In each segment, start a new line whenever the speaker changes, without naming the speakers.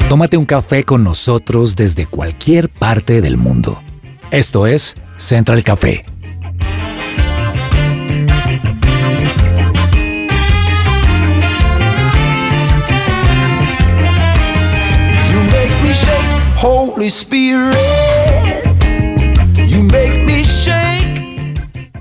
Tómate un café con nosotros desde cualquier parte del mundo. Esto es Central Café.
You make me shake, Holy Spirit. You make me shake.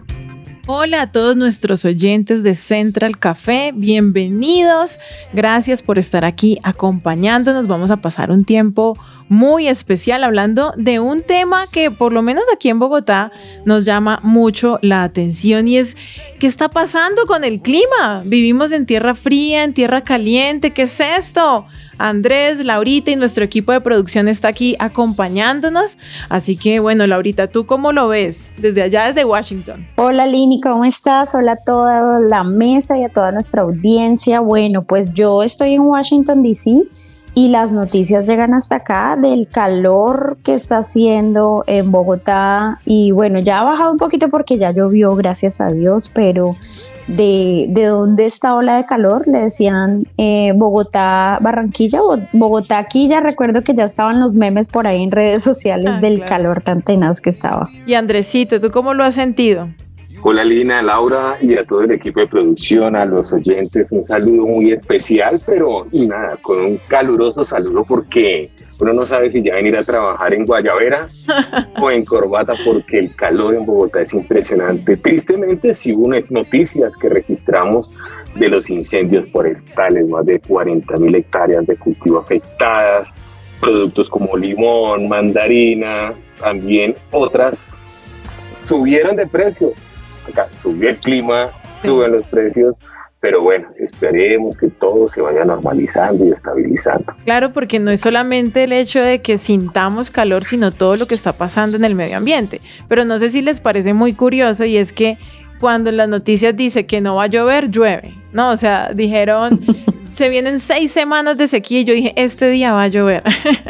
Hola a todos nuestros oyentes de Central Café, bienvenidos. Gracias por estar aquí acompañándonos. Vamos a pasar un tiempo muy especial hablando de un tema que por lo menos aquí en Bogotá nos llama mucho la atención y es ¿qué está pasando con el clima? Vivimos en tierra fría, en tierra caliente, ¿qué es esto? Andrés, Laurita y nuestro equipo de producción está aquí acompañándonos, así que bueno, Laurita, ¿tú cómo lo ves? Desde allá, desde Washington.
Hola Lini, ¿cómo estás? Hola a toda la mesa y a toda nuestra audiencia. Bueno, pues yo estoy en Washington, D.C., y las noticias llegan hasta acá del calor que está haciendo en Bogotá y bueno, ya ha bajado un poquito porque ya llovió, gracias a Dios, pero de dónde esta ola de calor, le decían Bogotá, Barranquilla, Bogotá aquí, ya recuerdo que ya estaban los memes por ahí en redes sociales del claro, calor tan tenaz que estaba.
Y Andresito, ¿tú cómo lo has sentido?
Hola Lina, Laura y a todo el equipo de producción, a los oyentes, un saludo muy especial, pero y nada, con un caluroso saludo porque uno no sabe si ya venir a trabajar en guayabera o en corbata porque el calor en Bogotá es impresionante. Tristemente sí hubo unas noticias que registramos de los incendios forestales, más de 40.000 hectáreas de cultivo afectadas, productos como limón, mandarina, también otras subieron de precio. Acá subió el clima, suben los precios, pero bueno, esperemos que todo se vaya normalizando y estabilizando.
Claro, porque no es solamente el hecho de que sintamos calor, sino todo lo que está pasando en el medio ambiente. Pero no sé si les parece muy curioso y es que cuando en las noticias dice que no va a llover, llueve, ¿no? O sea, dijeron... Se vienen 6 semanas de sequía y yo dije, este día va a llover.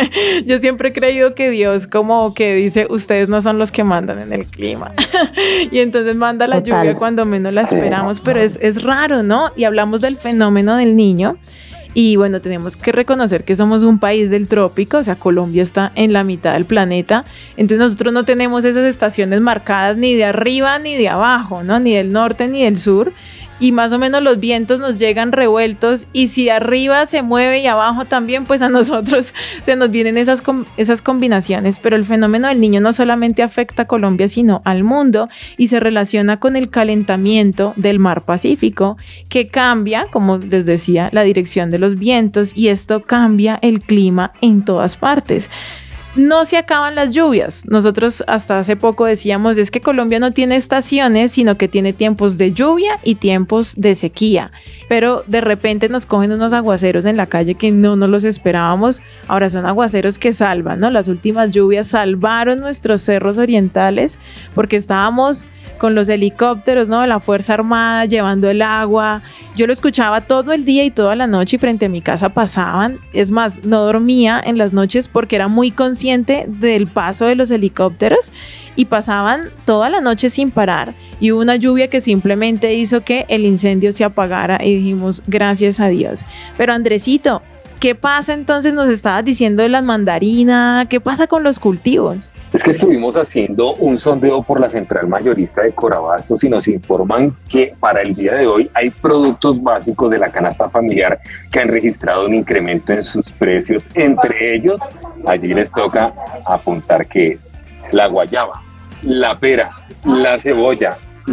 Yo siempre he creído que Dios como que dice, ustedes no son los que mandan en el clima. Y entonces manda la lluvia cuando menos la esperamos, pero es raro, ¿no? Y hablamos del fenómeno del Niño. Y bueno, tenemos que reconocer que somos un país del trópico, o sea, Colombia está en la mitad del planeta, entonces nosotros no tenemos esas estaciones marcadas ni de arriba ni de abajo, ¿no? Ni del norte ni del sur. Y más o menos los vientos nos llegan revueltos y si arriba se mueve y abajo también, pues a nosotros se nos vienen esas combinaciones. Pero el fenómeno del Niño no solamente afecta a Colombia, sino al mundo y se relaciona con el calentamiento del mar Pacífico, que cambia, como les decía, la dirección de los vientos y esto cambia el clima en todas partes. No se acaban las lluvias. Nosotros hasta hace poco decíamos es que Colombia no tiene estaciones, sino que tiene tiempos de lluvia y tiempos de sequía. Pero de repente nos cogen unos aguaceros en la calle que no nos los esperábamos. Ahora son aguaceros que salvan, ¿no? Las últimas lluvias salvaron nuestros cerros orientales porque estábamos con los helicópteros, ¿no? De la Fuerza Armada llevando el agua. Yo lo escuchaba todo el día y toda la noche y frente a mi casa pasaban. Es más, no dormía en las noches porque era muy consciente del paso de los helicópteros y pasaban toda la noche sin parar. Y hubo una lluvia que simplemente hizo que el incendio se apagara y dijimos gracias a Dios. Pero Andresito, ¿qué pasa entonces? Nos estabas diciendo de las mandarinas, ¿qué pasa con los cultivos?
Es que estuvimos haciendo un sondeo por la central mayorista de Corabastos y nos informan que para el día de hoy hay productos básicos de la canasta familiar que han registrado un incremento en sus precios. Entre ellos, allí les toca apuntar que la guayaba, la pera, la cebolla,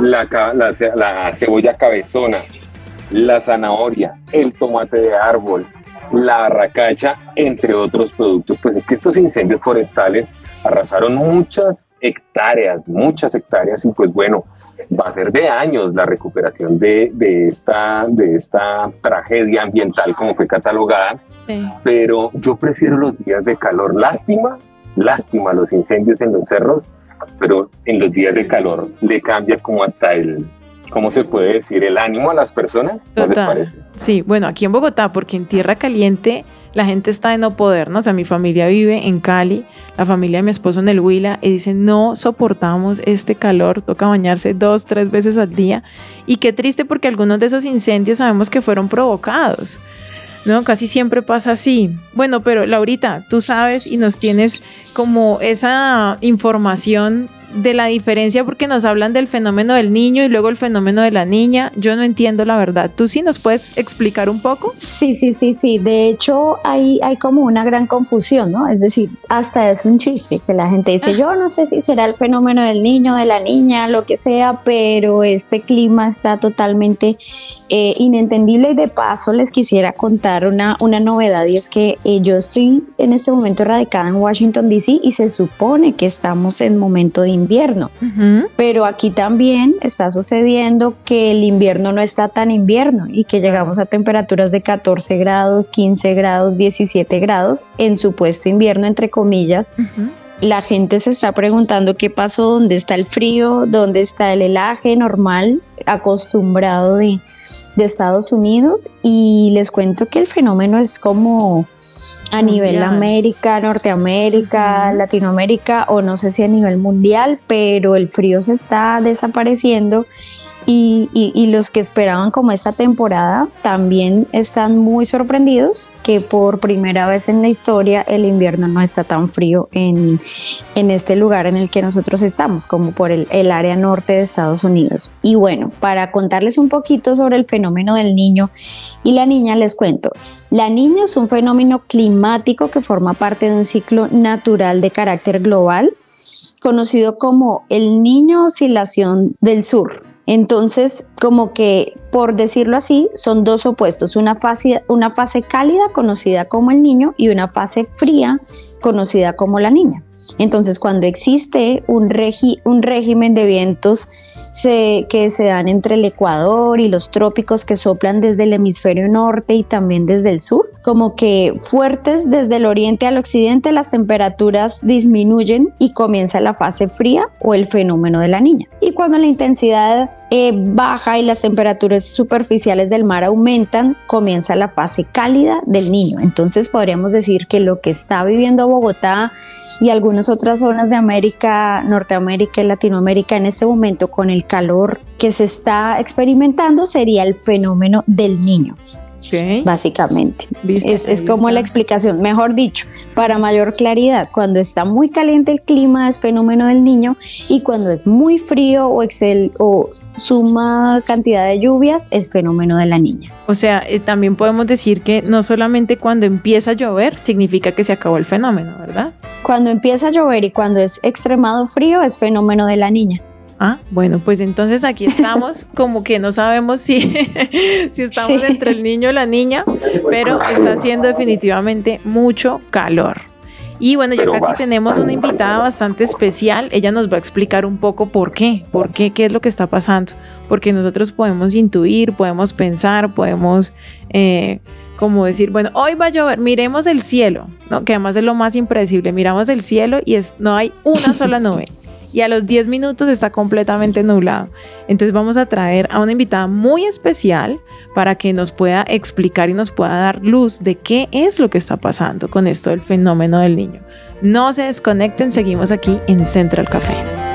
la cebolla cabezona, la zanahoria, el tomate de árbol, la arracacha, entre otros productos. Pues es que estos incendios forestales arrasaron muchas hectáreas y pues bueno, va a ser de años la recuperación de esta tragedia ambiental como fue catalogada, sí. Pero yo prefiero los días de calor. Lástima los incendios en los cerros, pero en los días de calor le cambia como hasta ¿cómo se puede decir? El ánimo a las personas. ¿No les parece?
Sí, bueno, aquí en Bogotá, porque en tierra caliente la gente está de no poder, ¿no? O sea, mi familia vive en Cali, la familia de mi esposo en el Huila, y dicen, no soportamos este calor, toca bañarse 2-3 veces al día. Y qué triste porque algunos de esos incendios sabemos que fueron provocados. No, casi siempre pasa así. Bueno, pero Laurita, tú sabes y nos tienes como esa información de la diferencia porque nos hablan del fenómeno del niño y luego el fenómeno de la niña. Yo no entiendo la verdad. ¿Tú sí nos puedes explicar un poco?
Sí. De hecho, hay como una gran confusión, ¿no? Es decir, hasta es un chiste que la gente dice, yo no sé si será el fenómeno del niño, de la niña, lo que sea, pero este clima está totalmente inentendible. Y de paso les quisiera contar una novedad, y es que yo estoy en este momento radicada en Washington, D.C. y se supone que estamos en momento de invierno, pero aquí también está sucediendo que el invierno no está tan invierno y que llegamos a temperaturas de 14 grados, 15 grados, 17 grados en supuesto invierno, entre comillas. La gente se está preguntando qué pasó, dónde está el frío, dónde está el helaje normal, acostumbrado de Estados Unidos, y les cuento que el fenómeno es como a nivel América, Norteamérica, Latinoamérica, o no sé si a nivel mundial, pero el frío se está desapareciendo y los que esperaban como esta temporada también están muy sorprendidos que por primera vez en la historia el invierno no está tan frío en este lugar en el que nosotros estamos, como por el área norte de Estados Unidos. Y bueno, para contarles un poquito sobre el fenómeno del niño y la niña, les cuento. La niña es un fenómeno climático que forma parte de un ciclo natural de carácter global, conocido como el Niño Oscilación del Sur. Entonces, como que, por decirlo así, son dos opuestos, una fase cálida conocida como el niño y una fase fría conocida como la niña. Entonces, cuando existe un régimen de vientos que se dan entre el Ecuador y los trópicos que soplan desde el hemisferio norte y también desde el sur, como que fuertes desde el oriente al occidente, las temperaturas disminuyen y comienza la fase fría o el fenómeno de la niña. Y cuando la intensidad baja y las temperaturas superficiales del mar aumentan, comienza la fase cálida del niño. Entonces podríamos decir que lo que está viviendo Bogotá y algunas otras zonas de América, Norteamérica y Latinoamérica en este momento, con el calor que se está experimentando, sería el fenómeno del niño. Okay. Básicamente es como la explicación, mejor dicho, para mayor claridad. Cuando está muy caliente el clima es fenómeno del niño, y cuando es muy frío o suma cantidad de lluvias es fenómeno de la niña.
O sea, también podemos decir que no solamente cuando empieza a llover significa que se acabó el fenómeno, ¿verdad?
Cuando empieza a llover y cuando es extremado frío es fenómeno de la niña.
Ah, bueno, pues entonces aquí estamos como que no sabemos si estamos entre el niño y la niña, pero está haciendo definitivamente mucho calor. Y bueno, ya casi tenemos una invitada bastante especial. Ella nos va a explicar un poco por qué, qué es lo que está pasando. Porque nosotros podemos intuir, podemos pensar, podemos como decir, bueno, hoy va a llover, miremos el cielo, ¿no? Que además es lo más impredecible. Miramos el cielo y no hay una sola nube. Y a los 10 minutos está completamente nublado. Entonces vamos a traer a una invitada muy especial para que nos pueda explicar y nos pueda dar luz de qué es lo que está pasando con esto del fenómeno del niño. No se desconecten, seguimos aquí en Central Café.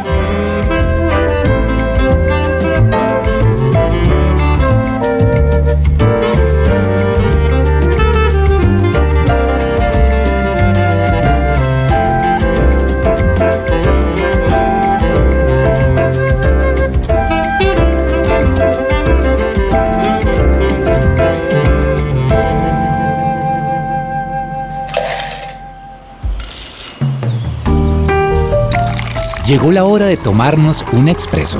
Llegó la hora de tomarnos un expreso.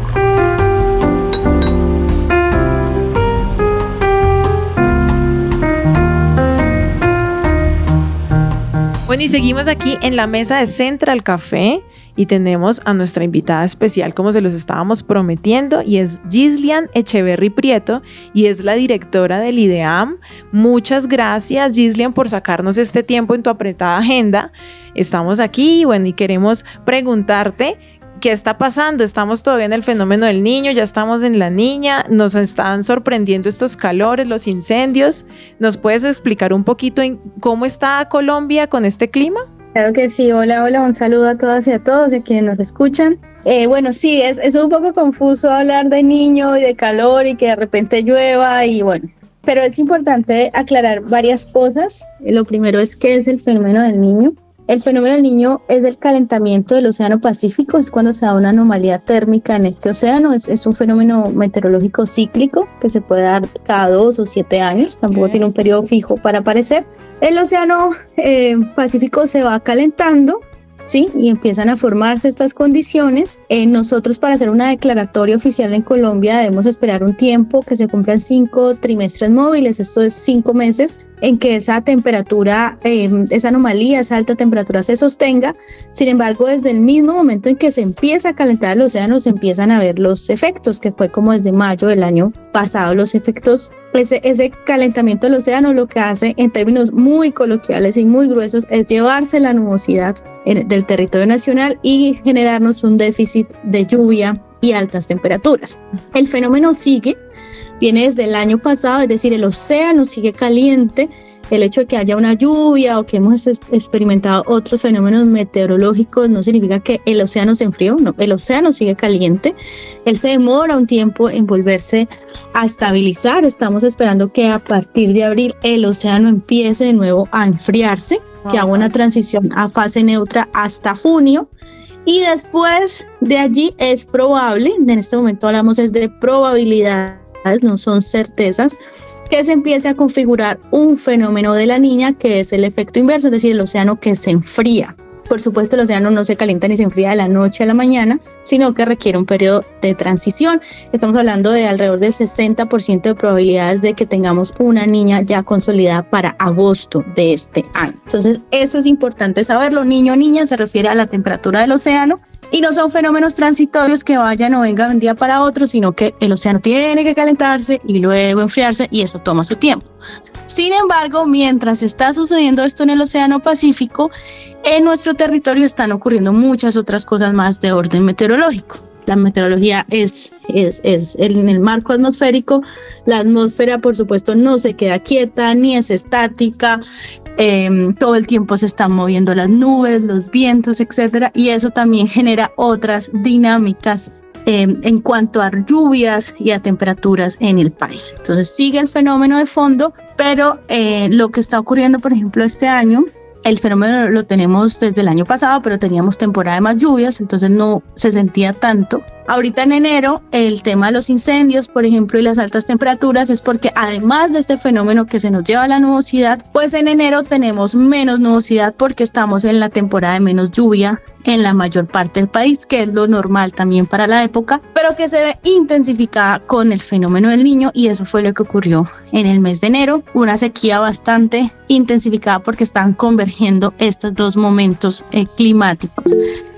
Bueno, y seguimos aquí en la mesa de Central Café y tenemos a nuestra invitada especial, como se los estábamos prometiendo, y es Gislian Echeverry Prieto, y es la directora del IDEAM. Muchas gracias, Gislian, por sacarnos este tiempo en tu apretada agenda. Estamos aquí, bueno, y queremos preguntarte qué está pasando. Estamos todavía en el fenómeno del niño, ya estamos en la niña, nos están sorprendiendo estos calores, los incendios. ¿Nos puedes explicar un poquito en cómo está Colombia con este clima?
Claro que sí, hola, un saludo a todas y a todos y a quienes nos escuchan. Bueno, sí, es un poco confuso hablar de niño y de calor y que de repente llueva y bueno, pero es importante aclarar varias cosas. Lo primero es qué es el fenómeno del Niño. El fenómeno del Niño es el calentamiento del Océano Pacífico, es cuando se da una anomalía térmica en este océano, es un fenómeno meteorológico cíclico que se puede dar cada 2 o 7 años, tampoco tiene un periodo fijo para aparecer. El Océano Pacífico se va calentando, ¿sí? Y empiezan a formarse estas condiciones. Nosotros, para hacer una declaratoria oficial en Colombia, debemos esperar un tiempo que se cumplan 5 trimestres móviles, esto es 5 meses, en que esa temperatura, esa anomalía, esa alta temperatura se sostenga. Sin embargo, desde el mismo momento en que se empieza a calentar el océano, se empiezan a ver los efectos, que fue como desde mayo del año pasado, los efectos. Ese calentamiento del océano lo que hace, en términos muy coloquiales y muy gruesos, es llevarse la nubosidad del territorio nacional y generarnos un déficit de lluvia y altas temperaturas. El fenómeno viene desde el año pasado, es decir, el océano sigue caliente. El hecho de que haya una lluvia o que hemos experimentado otros fenómenos meteorológicos no significa que el océano se enfrió, no, el océano sigue caliente, él se demora un tiempo en volverse a estabilizar. Estamos esperando que a partir de abril el océano empiece de nuevo a enfriarse, que haga una transición a fase neutra hasta junio. Y después de allí es probable, en este momento hablamos es de probabilidades, no son certezas, que se empiece a configurar un fenómeno de la Niña, que es el efecto inverso, es decir, el océano que se enfría. Por supuesto, el océano no se calienta ni se enfría de la noche a la mañana, sino que requiere un periodo de transición. Estamos hablando de alrededor del 60% de probabilidades de que tengamos una Niña ya consolidada para agosto de este año. Entonces, eso es importante saberlo. Niño o niña se refiere a la temperatura del océano, y no son fenómenos transitorios que vayan o vengan de un día para otro, sino que el océano tiene que calentarse y luego enfriarse, y eso toma su tiempo. Sin embargo, mientras está sucediendo esto en el Océano Pacífico, en nuestro territorio están ocurriendo muchas otras cosas más de orden meteorológico. La meteorología es en el marco atmosférico. La atmósfera, por supuesto, no se queda quieta ni es estática. Todo el tiempo se están moviendo las nubes, los vientos, etcétera, y eso también genera otras dinámicas en cuanto a lluvias y a temperaturas en el país. Entonces sigue el fenómeno de fondo, pero lo que está ocurriendo, por ejemplo, este año, el fenómeno lo tenemos desde el año pasado, pero teníamos temporada de más lluvias, entonces no se sentía tanto. Ahorita en enero, el tema de los incendios, por ejemplo, y las altas temperaturas es porque, además de este fenómeno que se nos lleva a la nubosidad, pues en enero tenemos menos nubosidad porque estamos en la temporada de menos lluvia en la mayor parte del país, que es lo normal también para la época, pero que se ve intensificada con el fenómeno del Niño, y eso fue lo que ocurrió en el mes de enero, una sequía bastante intensificada porque están convergiendo estos dos momentos climáticos.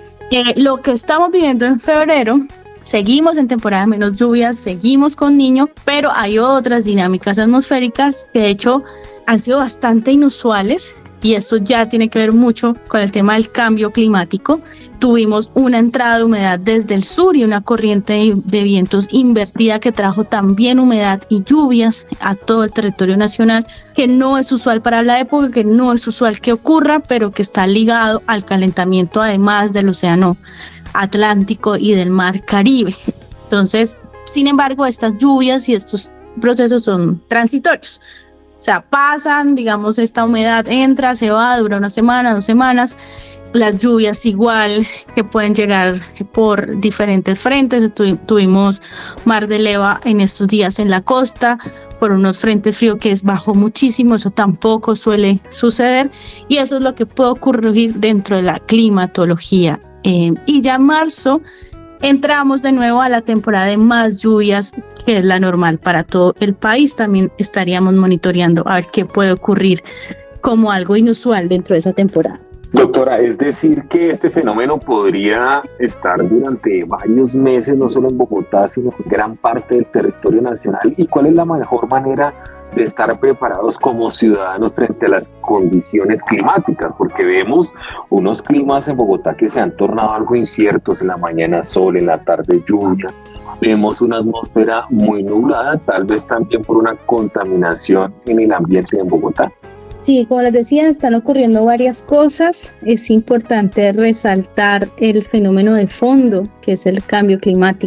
Lo que estamos viviendo en febrero, seguimos en temporada de menos lluvias, seguimos con Niño, pero hay otras dinámicas atmosféricas que de hecho han sido bastante inusuales, y esto ya tiene que ver mucho con el tema del cambio climático. Tuvimos una entrada de humedad desde el sur y una corriente de vientos invertida que trajo también humedad y lluvias a todo el territorio nacional, que no es usual para la época, que no es usual que ocurra, pero que está ligado al calentamiento además del océano Atlántico y del mar Caribe. Entonces, sin embargo, estas lluvias y estos procesos son transitorios. O sea, pasan, digamos, esta humedad entra, se va, dura una semana, 2 semanas. Las lluvias igual, que pueden llegar por diferentes frentes. Tuvimos mar de leva en estos días en la costa por unos frentes fríos que bajó muchísimo. Eso tampoco suele suceder, y eso es lo que puede ocurrir dentro de la climatología. Y ya en marzo entramos de nuevo a la temporada de más lluvias, que es la normal para todo el país. También estaríamos monitoreando a ver qué puede ocurrir como algo inusual dentro de esa temporada.
Doctora, es decir que este fenómeno podría estar durante varios meses, no solo en Bogotá, sino en gran parte del territorio nacional. ¿Y cuál es la mejor manera de estar preparados como ciudadanos frente a las condiciones climáticas? Porque vemos unos climas en Bogotá que se han tornado algo inciertos: en la mañana sol, en la tarde lluvia. Vemos una atmósfera muy nublada, tal vez también por una contaminación en el ambiente en Bogotá.
Sí, como les decía, están ocurriendo varias cosas. Es importante resaltar el fenómeno de fondo, que es el cambio climático.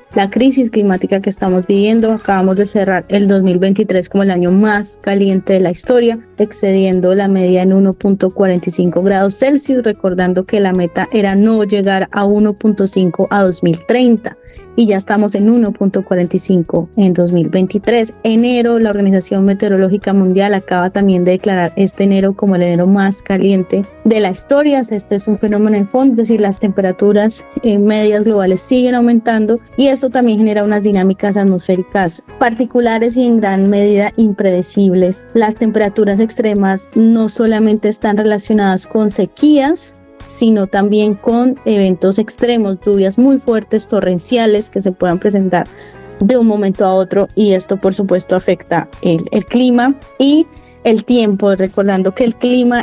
la crisis climática que estamos viviendo. Acabamos de cerrar el 2023 como el año más caliente de la historia, excediendo la media en 1.45 grados Celsius, recordando que la meta era no llegar a 1.5 a 2030. Y ya estamos en 1.45 en 2023. Enero, la Organización Meteorológica Mundial acaba también de declarar este enero como el enero más caliente de la historia. Este es un fenómeno en fondo, es decir, las temperaturas medias globales siguen aumentando y esto también genera unas dinámicas atmosféricas particulares y en gran medida impredecibles. Las temperaturas extremas no solamente están relacionadas con sequías, sino también con eventos extremos, lluvias muy fuertes, torrenciales que se puedan presentar de un momento a otro, y esto por supuesto afecta el clima y el tiempo, recordando que el clima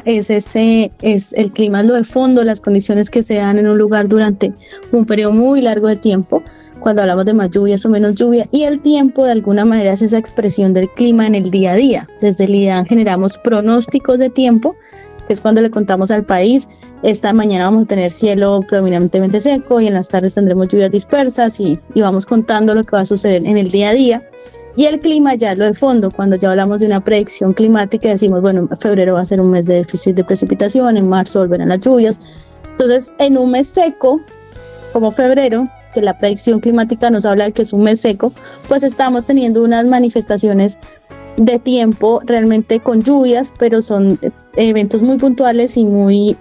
el clima es lo de fondo, las condiciones que se dan en un lugar durante un periodo muy largo de tiempo, cuando hablamos de más lluvias o menos lluvia, y el tiempo de alguna manera es esa expresión del clima en el día a día. Desde el IDAN generamos pronósticos de tiempo, que es cuando le contamos al país, esta mañana vamos a tener cielo predominantemente seco y en las tardes tendremos lluvias dispersas y vamos contando lo que va a suceder en el día a día. Y el clima ya es lo de fondo, cuando ya hablamos de una predicción climática, decimos, bueno, febrero va a ser un mes de déficit de precipitación, en marzo volverán las lluvias. Entonces, en un mes seco, como febrero, que la predicción climática nos habla de que es un mes seco, pues estamos teniendo unas manifestaciones de tiempo realmente con lluvias, pero son eventos muy puntuales y muy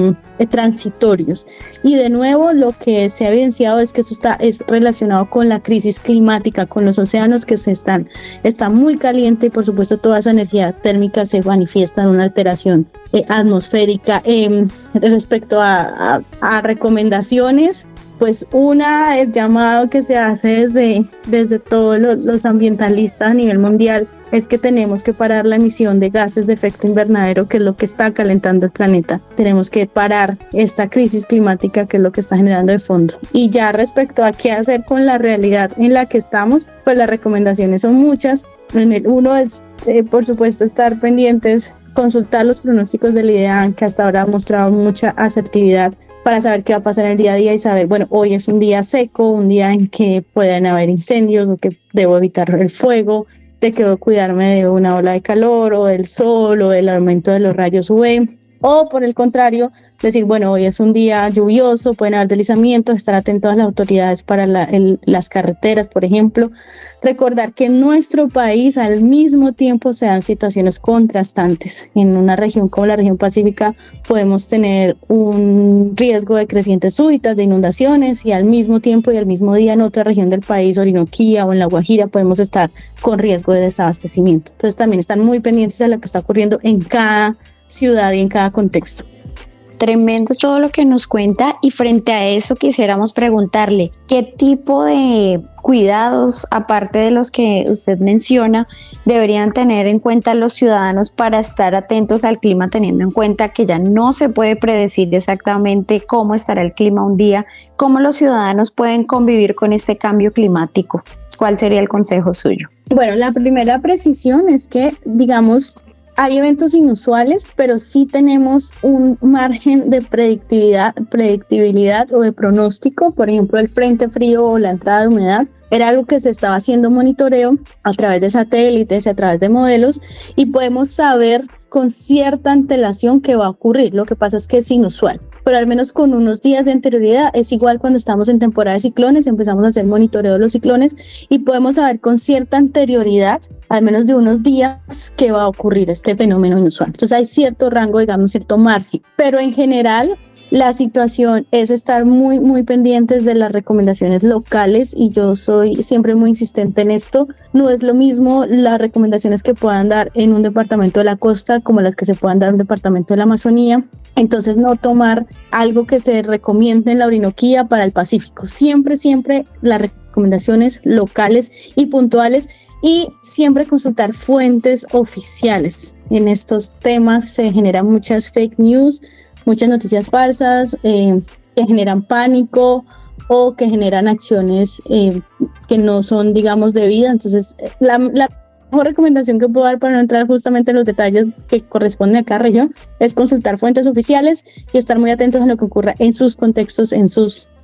transitorios. Y de nuevo lo que se ha evidenciado es que eso es relacionado con la crisis climática, con los océanos que está muy caliente y por supuesto toda esa energía térmica se manifiesta en una alteración atmosférica. Respecto a recomendaciones, pues el llamado que se hace desde todos los ambientalistas a nivel mundial es que tenemos que parar la emisión de gases de efecto invernadero, que es lo que está calentando el planeta. Tenemos que parar esta crisis climática, que es lo que está generando de fondo. Y ya respecto a qué hacer con la realidad en la que estamos, pues las recomendaciones son muchas. Uno es, por supuesto, estar pendientes, consultar los pronósticos del IDEAN, que hasta ahora ha mostrado mucha asertividad para saber qué va a pasar en el día a día y saber, bueno, hoy es un día seco, un día en que pueden haber incendios o que debo evitar el fuego, de que debo cuidarme de una ola de calor o del sol o del aumento de los rayos UV, o por el contrario, decir, bueno, hoy es un día lluvioso, pueden haber deslizamientos, estar atentos a las autoridades para las carreteras, por ejemplo. Recordar que en nuestro país al mismo tiempo se dan situaciones contrastantes. En una región como la región pacífica podemos tener un riesgo de crecientes súbitas, de inundaciones, y al mismo tiempo y al mismo día en otra región del país, Orinoquía o en La Guajira, podemos estar con riesgo de desabastecimiento. Entonces también están muy pendientes de lo que está ocurriendo en cada ciudad y en cada contexto.
Tremendo todo lo que nos cuenta, y frente a eso quisiéramos preguntarle qué tipo de cuidados, aparte de los que usted menciona, deberían tener en cuenta los ciudadanos para estar atentos al clima, teniendo en cuenta que ya no se puede predecir exactamente cómo estará el clima un día. ¿Cómo los ciudadanos pueden convivir con este cambio climático? ¿Cuál sería el consejo suyo?
Bueno, la primera precisión es que, digamos, hay eventos inusuales, pero sí tenemos un margen de predictibilidad o de pronóstico. Por ejemplo, el frente frío o la entrada de humedad era algo que se estaba haciendo monitoreo a través de satélites y a través de modelos, y podemos saber con cierta antelación qué va a ocurrir. Lo que pasa es que es inusual, pero al menos con unos días de anterioridad. Es igual cuando estamos en temporada de ciclones, empezamos a hacer monitoreo de los ciclones y podemos saber con cierta anterioridad, al menos de unos días, qué va a ocurrir este fenómeno inusual. Entonces hay cierto rango, digamos, cierto margen, pero en general la situación es estar muy, muy pendientes de las recomendaciones locales, y yo soy siempre muy insistente en esto. No es lo mismo las recomendaciones que puedan dar en un departamento de la costa como las que se puedan dar en un departamento de la Amazonía. Entonces no tomar algo que se recomiende en la Orinoquía para el Pacífico. Siempre las recomendaciones locales y puntuales, y siempre consultar fuentes oficiales. En estos temas se generan muchas fake news, muchas noticias falsas que generan pánico o que generan acciones que no son, digamos, debidas. Entonces, la mejor recomendación que puedo dar, para no entrar justamente en los detalles que corresponden a cada región, es consultar fuentes oficiales y estar muy atentos a lo que ocurra en sus contextos, en sus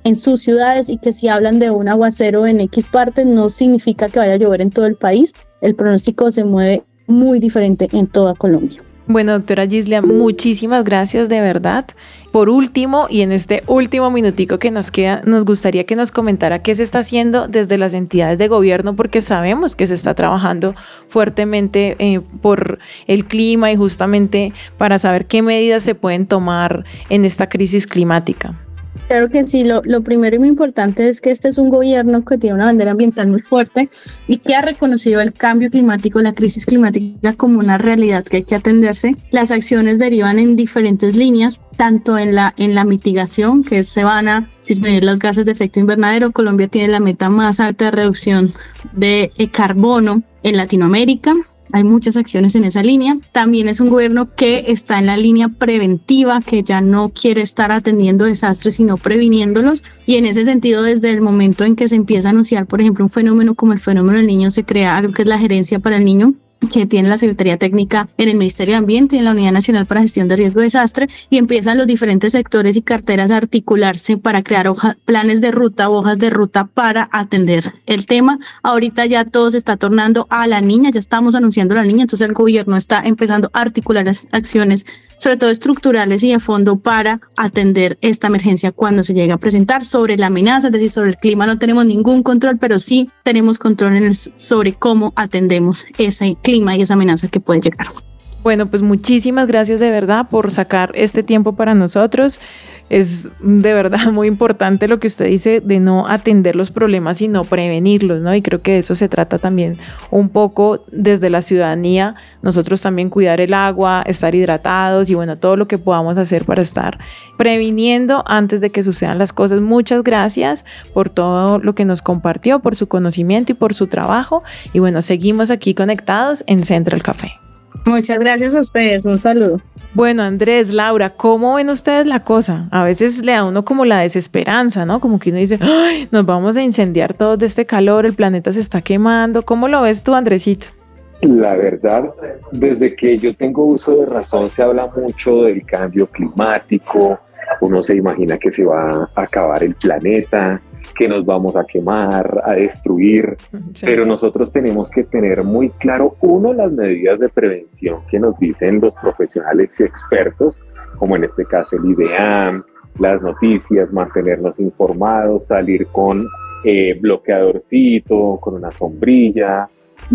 en sus ciudades y que si hablan de un aguacero en X parte no significa que vaya a llover en todo el país. El pronóstico se mueve muy diferente en toda Colombia.
Bueno, doctora Gislia, muchísimas gracias de verdad. Por último, y en este último minutico que nos queda, nos gustaría que nos comentara qué se está haciendo desde las entidades de gobierno, porque sabemos que se está trabajando fuertemente por el clima y justamente para saber qué medidas se pueden tomar en esta crisis climática.
Claro que sí, lo primero y muy importante es que este es un gobierno que tiene una bandera ambiental muy fuerte y que ha reconocido el cambio climático, la crisis climática como una realidad que hay que atenderse. Las acciones derivan en diferentes líneas, tanto en la mitigación, que se van a disminuir los gases de efecto invernadero. Colombia tiene la meta más alta de reducción de carbono en Latinoamérica. Hay muchas acciones en esa línea. También es un gobierno que está en la línea preventiva, que ya no quiere estar atendiendo desastres, sino previniéndolos. Y en ese sentido, desde el momento en que se empieza a anunciar, por ejemplo, un fenómeno como el fenómeno del Niño, se crea algo que es la Gerencia para el Niño, que tiene la Secretaría Técnica en el Ministerio de Ambiente y en la Unidad Nacional para Gestión de Riesgo de Desastre, y empiezan los diferentes sectores y carteras a articularse para crear planes de ruta, hojas de ruta para atender el tema. Ahorita ya todo se está tornando a la niña, ya estamos anunciando a la niña, entonces el gobierno está empezando a articular las acciones, sobre todo estructurales y de fondo, para atender esta emergencia cuando se llegue a presentar. Sobre la amenaza, es decir, sobre el clima no tenemos ningún control, pero sí tenemos control sobre cómo atendemos ese clima y esa amenaza que puede llegar.
Bueno, pues muchísimas gracias de verdad por sacar este tiempo para nosotros. Es de verdad muy importante lo que usted dice de no atender los problemas, sino prevenirlos, ¿no? Y creo que de eso se trata también un poco desde la ciudadanía, nosotros también cuidar el agua, estar hidratados y bueno, todo lo que podamos hacer para estar previniendo antes de que sucedan las cosas. Muchas gracias por todo lo que nos compartió, por su conocimiento y por su trabajo. Y bueno, seguimos aquí conectados en Central Café.
Muchas gracias a ustedes, un saludo.
Bueno, Andrés, Laura, ¿cómo ven ustedes la cosa? A veces le da a uno como la desesperanza, ¿no? Como que uno dice, ¡ay, nos vamos a incendiar todos de este calor, el planeta se está quemando! ¿Cómo lo ves tú, Andresito?
La verdad, desde que yo tengo uso de razón se habla mucho del cambio climático, uno se imagina que se va a acabar el planeta, que nos vamos a quemar, a destruir, sí. Pero nosotros tenemos que tener muy claro, uno, las medidas de prevención que nos dicen los profesionales y expertos, como en este caso el IDEAM, las noticias, mantenernos informados, salir con bloqueadorcito, con una sombrilla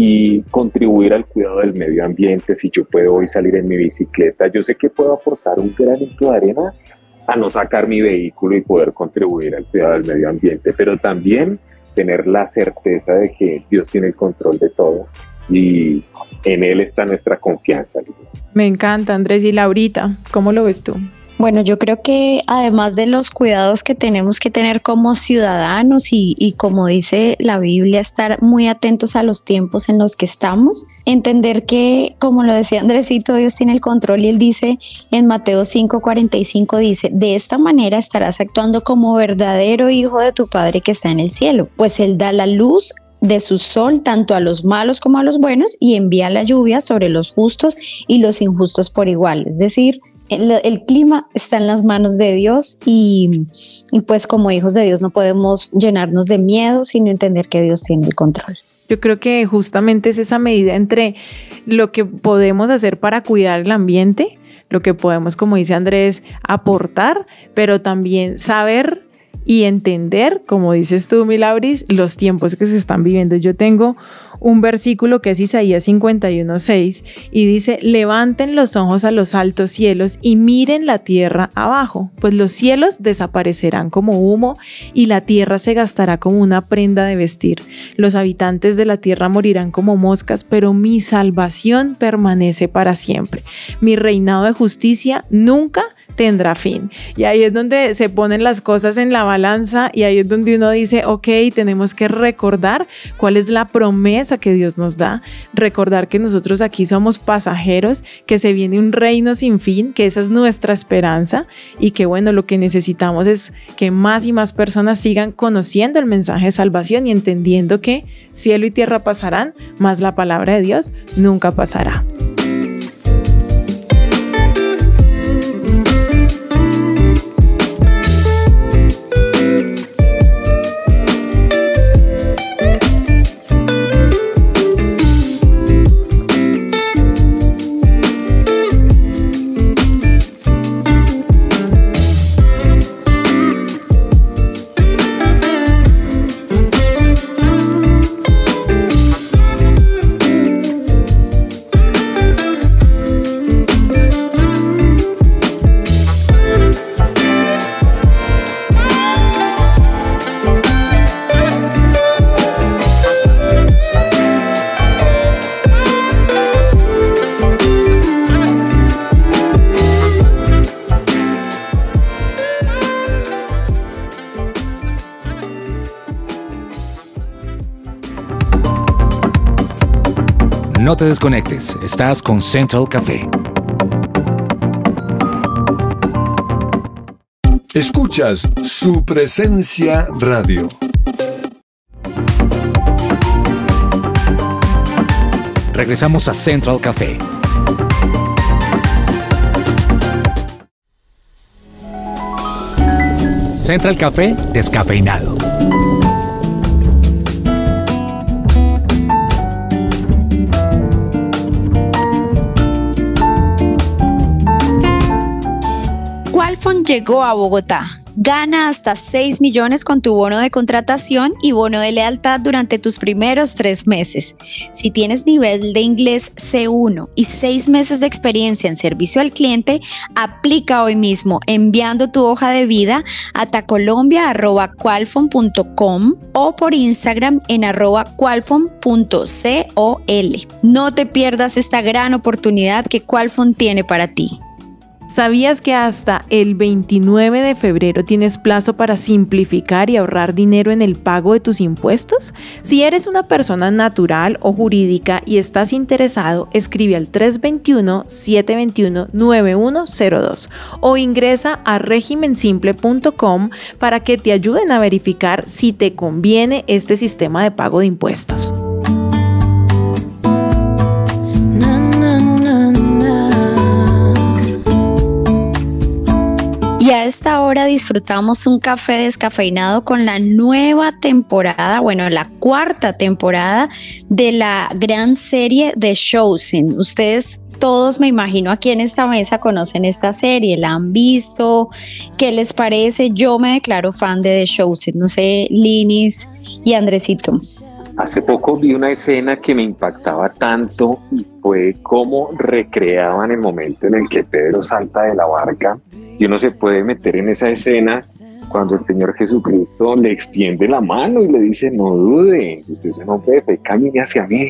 y contribuir al cuidado del medio ambiente. Si yo puedo hoy salir en mi bicicleta, yo sé que puedo aportar un granito de arena a no sacar mi vehículo y poder contribuir al cuidado del medio ambiente, pero también tener la certeza de que Dios tiene el control de todo y en Él está nuestra confianza.
Me encanta, Andrés. Y Laurita, ¿cómo lo ves tú?
Bueno, yo creo que además de los cuidados que tenemos que tener como ciudadanos y como dice la Biblia, estar muy atentos a los tiempos en los que estamos, entender que, como lo decía Andresito, Dios tiene el control y Él dice en Mateo 5:45, dice, de esta manera estarás actuando como verdadero hijo de tu Padre que está en el cielo, pues Él da la luz de su sol tanto a los malos como a los buenos y envía la lluvia sobre los justos y los injustos por igual. Es decir, el clima está en las manos de Dios y pues como hijos de Dios no podemos llenarnos de miedo, sino entender que Dios tiene el control.
Yo creo que justamente es esa medida entre lo que podemos hacer para cuidar el ambiente, lo que podemos, como dice Andrés, aportar, pero también saber y entender, como dices tú, mi Lauris, los tiempos que se están viviendo. Yo tengo un versículo que es Isaías 51:6 y dice, levanten los ojos a los altos cielos y miren la tierra abajo, pues los cielos desaparecerán como humo y la tierra se gastará como una prenda de vestir. Los habitantes de la tierra morirán como moscas, pero mi salvación permanece para siempre. Mi reinado de justicia nunca tendrá fin. Y ahí es donde se ponen las cosas en la balanza y ahí es donde uno dice, ok, tenemos que recordar cuál es la promesa que Dios nos da, recordar que nosotros aquí somos pasajeros, que se viene un reino sin fin, que esa es nuestra esperanza y que bueno, lo que necesitamos es que más y más personas sigan conociendo el mensaje de salvación y entendiendo que cielo y tierra pasarán, mas la palabra de Dios nunca pasará.
No te desconectes, estás con Central Café.
Escuchas su presencia radio.
Regresamos a Central Café. Central Café descafeinado.
Qualfon llegó a Bogotá. Gana hasta 6 millones con tu bono de contratación y bono de lealtad durante tus primeros 3 meses. Si tienes nivel de inglés C1 y 6 meses de experiencia en servicio al cliente, aplica hoy mismo enviando tu hoja de vida a tacolombia@qualfon.com o por Instagram en @qualfon.col. No te pierdas esta gran oportunidad que Qualfon tiene para ti.
¿Sabías que hasta el 29 de febrero tienes plazo para simplificar y ahorrar dinero en el pago de tus impuestos? Si eres una persona natural o jurídica y estás interesado, escribe al 321-721-9102 o ingresa a regimensimple.com para que te ayuden a verificar si te conviene este sistema de pago de impuestos.
Y a esta hora disfrutamos un café descafeinado con la nueva temporada, bueno, la 4ª temporada de la gran serie de Chosen. Ustedes todos, me imagino, aquí en esta mesa conocen esta serie, la han visto, ¿qué les parece? Yo me declaro fan de The Chosen, no sé, Linis y Andresito.
Hace poco vi una escena que me impactaba tanto y fue cómo recreaban el momento en el que Pedro salta de la barca y uno se puede meter en esa escena cuando el Señor Jesucristo le extiende la mano y le dice: no dude, si usted es un hombre de fe, camine hacia mí.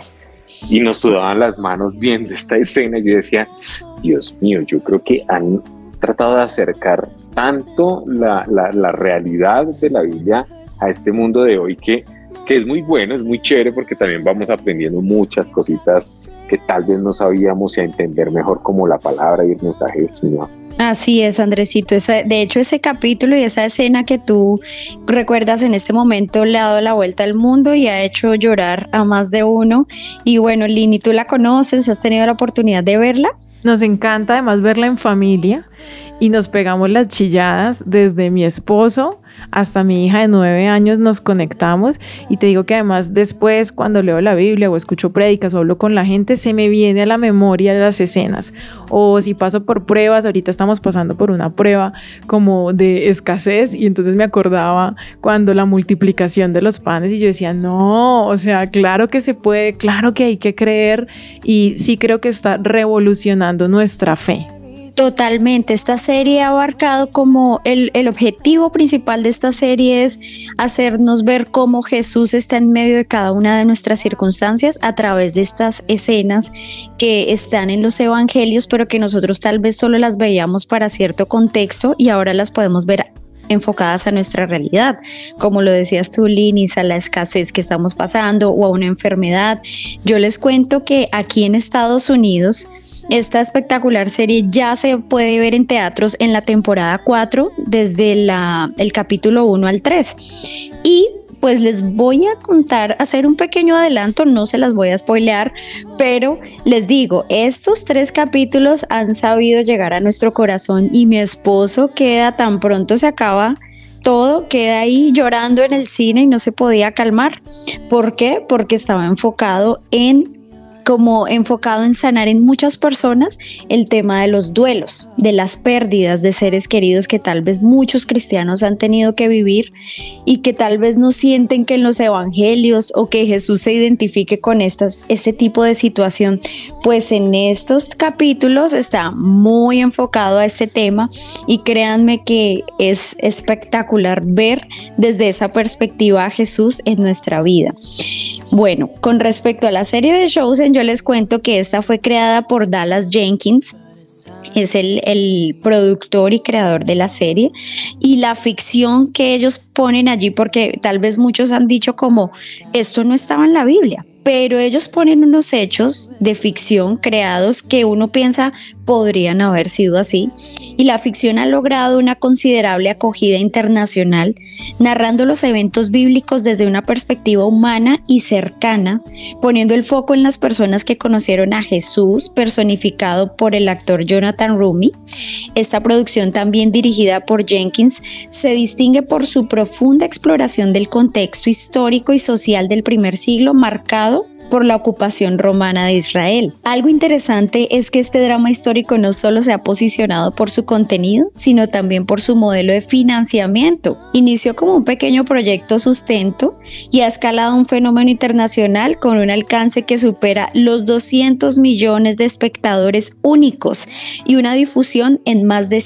Y nos sudaban las manos viendo esta escena y yo decía: Dios mío, yo creo que han tratado de acercar tanto la realidad de la Biblia a este mundo de hoy que es muy bueno, es muy chévere, porque también vamos aprendiendo muchas cositas que tal vez no sabíamos y a entender mejor como la palabra y el mensaje del Señor.
Así es, Andresito. De hecho, ese capítulo y esa escena que tú recuerdas en este momento le ha dado la vuelta al mundo y ha hecho llorar a más de uno. Y bueno, Lini, ¿tú la conoces? ¿Has tenido la oportunidad de verla?
Nos encanta además verla en familia y nos pegamos las chilladas desde mi esposo hasta mi hija de 9 años nos conectamos, y te digo que además después cuando leo la Biblia o escucho prédicas o hablo con la gente, se me viene a la memoria las escenas, o si paso por pruebas. Ahorita estamos pasando por una prueba como de escasez y entonces me acordaba cuando la multiplicación de los panes y yo decía, no, o sea, claro que se puede, claro que hay que creer, y sí creo que está revolucionando nuestra fe.
Totalmente, esta serie ha abarcado como el objetivo principal de esta serie es hacernos ver cómo Jesús está en medio de cada una de nuestras circunstancias a través de estas escenas que están en los evangelios, pero que nosotros tal vez solo las veíamos para cierto contexto y ahora las podemos ver enfocadas a nuestra realidad, como lo decías tú, Linis, a la escasez que estamos pasando o a una enfermedad. Yo les cuento que aquí en Estados Unidos esta espectacular serie ya se puede ver en teatros en la temporada 4 desde el capítulo 1 al 3 y pues les voy a contar, hacer un pequeño adelanto, no se las voy a spoilear, pero les digo, estos 3 capítulos han sabido llegar a nuestro corazón y mi esposo queda, tan pronto se acaba todo, queda ahí llorando en el cine y no se podía calmar. ¿Por qué? Porque estaba enfocado en sanar en muchas personas el tema de los duelos, de las pérdidas de seres queridos que tal vez muchos cristianos han tenido que vivir y que tal vez no sienten que en los evangelios o que Jesús se identifique con este tipo de situación. Pues en estos capítulos está muy enfocado a este tema y créanme que es espectacular ver desde esa perspectiva a Jesús en nuestra vida. Bueno, con respecto a la serie de Chosen, yo les cuento que esta fue creada por Dallas Jenkins, es el productor y creador de la serie, y la ficción que ellos ponen allí, porque tal vez muchos han dicho como, esto no estaba en la Biblia, pero ellos ponen unos hechos de ficción creados que uno piensa podrían haber sido así, y la ficción ha logrado una considerable acogida internacional, narrando los eventos bíblicos desde una perspectiva humana y cercana, poniendo el foco en las personas que conocieron a Jesús, personificado por el actor Jonathan Roumie. Esta producción, también dirigida por Jenkins, se distingue por su profunda exploración del contexto histórico y social del primer siglo, marcado por la ocupación romana de Israel. Algo interesante es que este drama histórico no solo se ha posicionado por su contenido, sino también por su modelo de financiamiento. Inició como un pequeño proyecto sustento y ha escalado un fenómeno internacional con un alcance que supera los 200 millones de espectadores únicos y una difusión en más de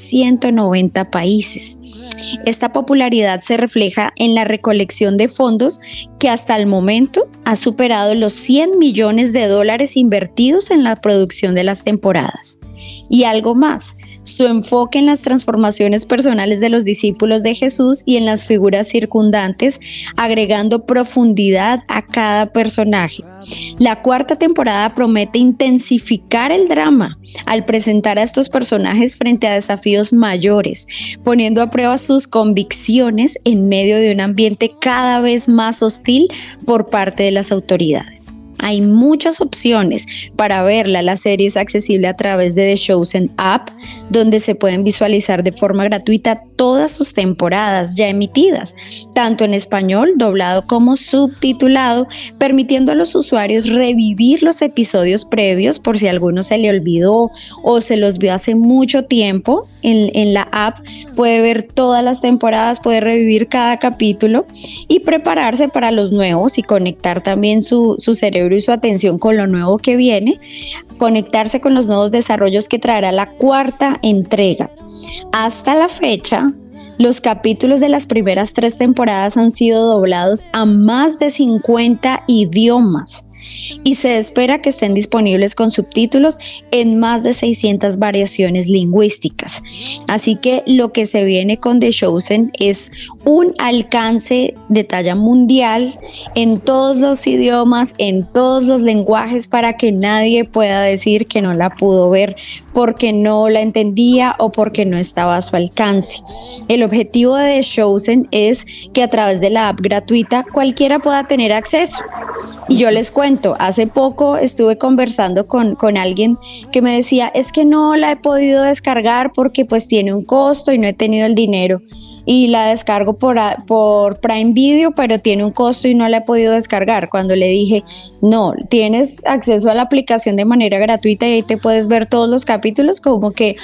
190 países. Esta popularidad se refleja en la recolección de fondos que hasta el momento ha superado los 100 millones de dólares invertidos en la producción de las temporadas. Y algo más, su enfoque en las transformaciones personales de los discípulos de Jesús y en las figuras circundantes, agregando profundidad a cada personaje. La cuarta temporada promete intensificar el drama al presentar a estos personajes frente a desafíos mayores, poniendo a prueba sus convicciones en medio de un ambiente cada vez más hostil por parte de las autoridades. Hay muchas opciones para verla. La serie es accesible a través de The Chosen App, donde se pueden visualizar de forma gratuita todas sus temporadas ya emitidas, tanto en español, doblado como subtitulado, permitiendo a los usuarios revivir los episodios previos por si alguno se le olvidó o se los vio hace mucho tiempo. En la app puede ver todas las temporadas, puede revivir cada capítulo y prepararse para los nuevos y conectar también su cerebro y su atención con lo nuevo que viene, conectarse con los nuevos desarrollos que traerá la cuarta entrega. Hasta la fecha, los capítulos de las primeras 3 temporadas han sido doblados a más de 50 idiomas y se espera que estén disponibles con subtítulos en más de 600 variaciones lingüísticas. Así que lo que se viene con The Chosen es un alcance de talla mundial en todos los idiomas, en todos los lenguajes, para que nadie pueda decir que no la pudo ver porque no la entendía o porque no estaba a su alcance. El objetivo de The Chosen es que a través de la app gratuita cualquiera pueda tener acceso. Y yo les cuento, hace poco estuve conversando con alguien que me decía, es que no la he podido descargar porque pues tiene un costo y no he tenido el dinero. Y la descargo por Prime Video, pero tiene un costo y no la he podido descargar. Cuando le dije, no, tienes acceso a la aplicación de manera gratuita y ahí te puedes ver todos los capítulos, como que,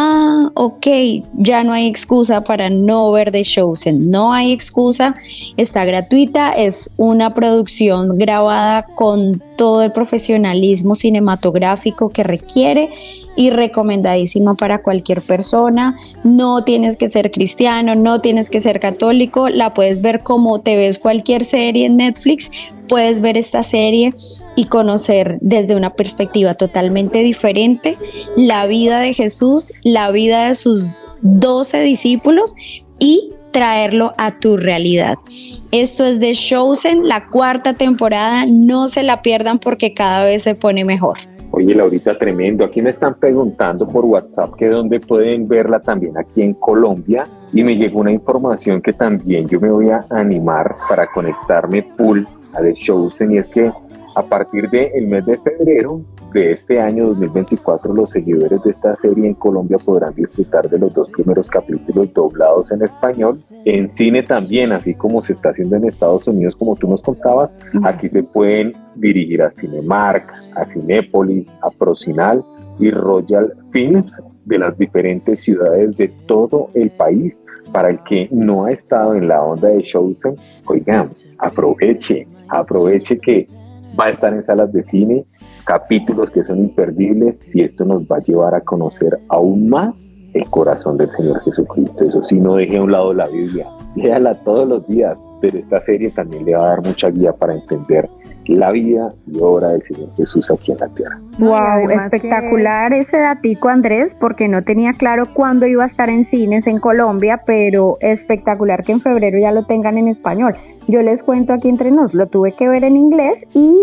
ok, ya no hay excusa para no ver The Chosen. No hay excusa, está gratuita, es una producción grabada con todo el profesionalismo cinematográfico que requiere y recomendadísima para cualquier persona. No tienes que ser cristiano, no tienes que ser católico, la puedes ver como te ves cualquier serie en Netflix. Puedes ver esta serie y conocer desde una perspectiva totalmente diferente la vida de Jesús, la vida de sus 12 discípulos y traerlo a tu realidad. Esto es The Chosen, la cuarta temporada, no se la pierdan porque cada vez se pone mejor.
Oye, Laurita, tremendo. Aquí me están preguntando por WhatsApp que dónde pueden verla también aquí en Colombia, y me llegó una información que también yo me voy a animar para conectarme full a The Chosen, y es que a partir del mes de febrero de este año 2024, los seguidores de esta serie en Colombia podrán disfrutar de los 2 primeros capítulos doblados en español, en cine también, así como se está haciendo en Estados Unidos, como tú nos contabas. Aquí se pueden dirigir a Cinemark, a Cinépolis, a Procinal y Royal Films de las diferentes ciudades de todo el país. Para el que no ha estado en la onda de Chosen, oigan, aproveche que va a estar en salas de cine, capítulos que son imperdibles, y esto nos va a llevar a conocer aún más el corazón del Señor Jesucristo. Eso sí, no deje a un lado la Biblia, léala todos los días, pero esta serie también le va a dar mucha guía para entender la vida y obra del Señor Jesús aquí en la tierra.
Wow, espectacular ese datico, Andrés, porque no tenía claro cuándo iba a estar en cines en Colombia, pero espectacular que en febrero ya lo tengan en español. Yo les cuento aquí entre nos, lo tuve que ver en inglés y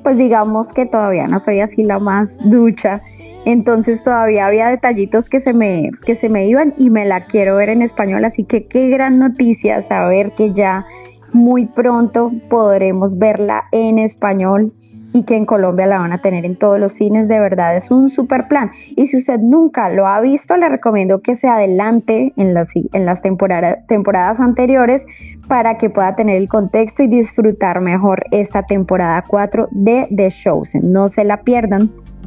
pues digamos que todavía no soy así la más ducha, entonces todavía había detallitos que se me iban y me la quiero ver en español, así que qué gran noticia saber que ya muy pronto podremos verla en español y que en Colombia la van a tener en todos los cines. De verdad es un super plan, y si usted nunca lo ha visto, le recomiendo que se adelante en las temporadas anteriores para que pueda tener el contexto y disfrutar mejor esta temporada 4 de The Chosen. No se la pierdan.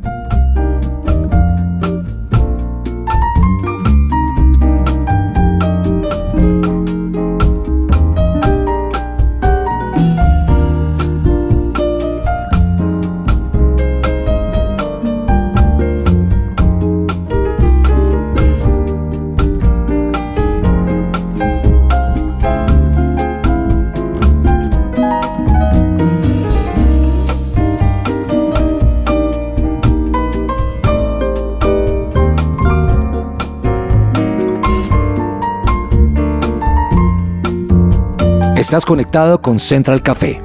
Estás conectado con Central Café.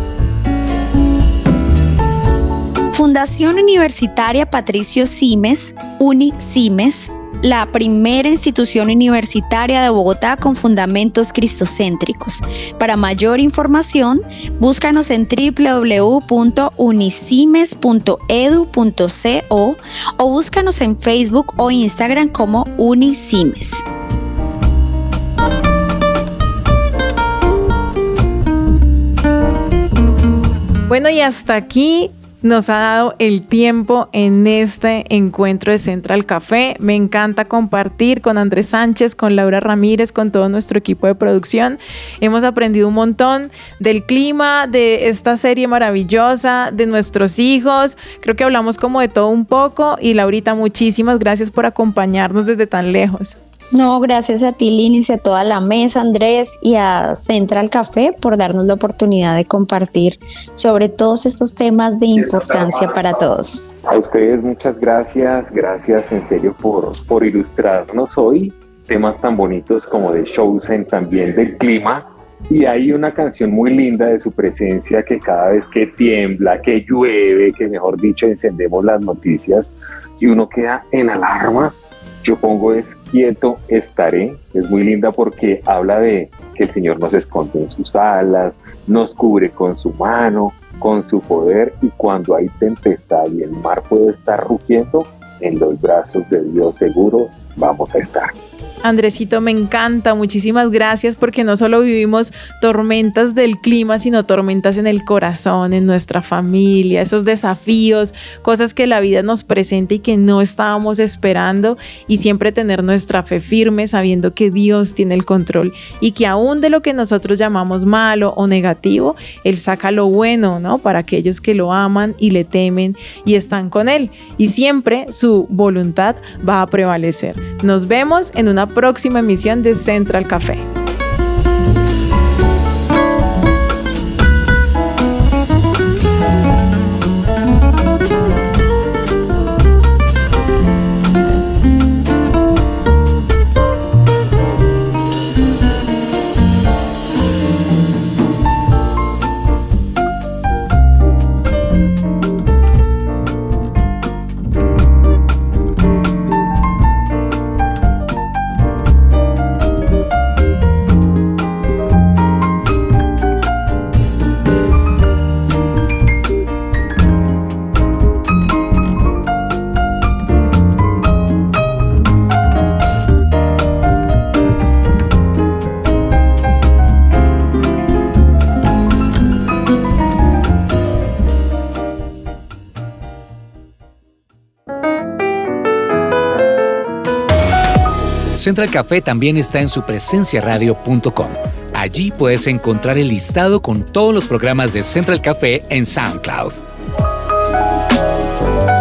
Fundación Universitaria Patricio Simes, UniSimes, la primera institución universitaria de Bogotá con fundamentos cristocéntricos. Para mayor información, búscanos en www.unisimes.edu.co o búscanos en Facebook o Instagram como UniSimes.
Bueno, y hasta aquí nos ha dado el tiempo en este encuentro de Central Café. Me encanta compartir con Andrés Sánchez, con Laura Ramírez, con todo nuestro equipo de producción. Hemos aprendido un montón del clima, de esta serie maravillosa, de nuestros hijos. Creo que hablamos como de todo un poco. Y Laurita, muchísimas gracias por acompañarnos desde tan lejos.
No, gracias a ti, Linis, y a toda la mesa, Andrés, y a Central Café por darnos la oportunidad de compartir sobre todos estos temas de importancia para todos.
A ustedes muchas gracias en serio por ilustrarnos hoy temas tan bonitos como de Chosen, también del clima. Y hay una canción muy linda de su presencia que cada vez que tiembla, que llueve, que mejor dicho encendemos las noticias y uno queda en alarma. Yo pongo es quieto estaré, es muy linda porque habla de que el Señor nos esconde en sus alas, nos cubre con su mano, con su poder, y cuando hay tempestad y el mar puede estar rugiendo, en los brazos de Dios seguros vamos a estar.
Andresito, me encanta, muchísimas gracias, porque no solo vivimos tormentas del clima, sino tormentas en el corazón, en nuestra familia, esos desafíos, cosas que la vida nos presenta y que no estábamos esperando, y siempre tener nuestra fe firme sabiendo que Dios tiene el control y que aún de lo que nosotros llamamos malo o negativo, Él saca lo bueno, ¿no? Para aquellos que lo aman y le temen y están con Él, y siempre su voluntad va a prevalecer. Nos vemos en una próxima emisión de Central Café.
Central Café también está en supresenciaradio.com. Allí puedes encontrar el listado con todos los programas de Central Café en SoundCloud.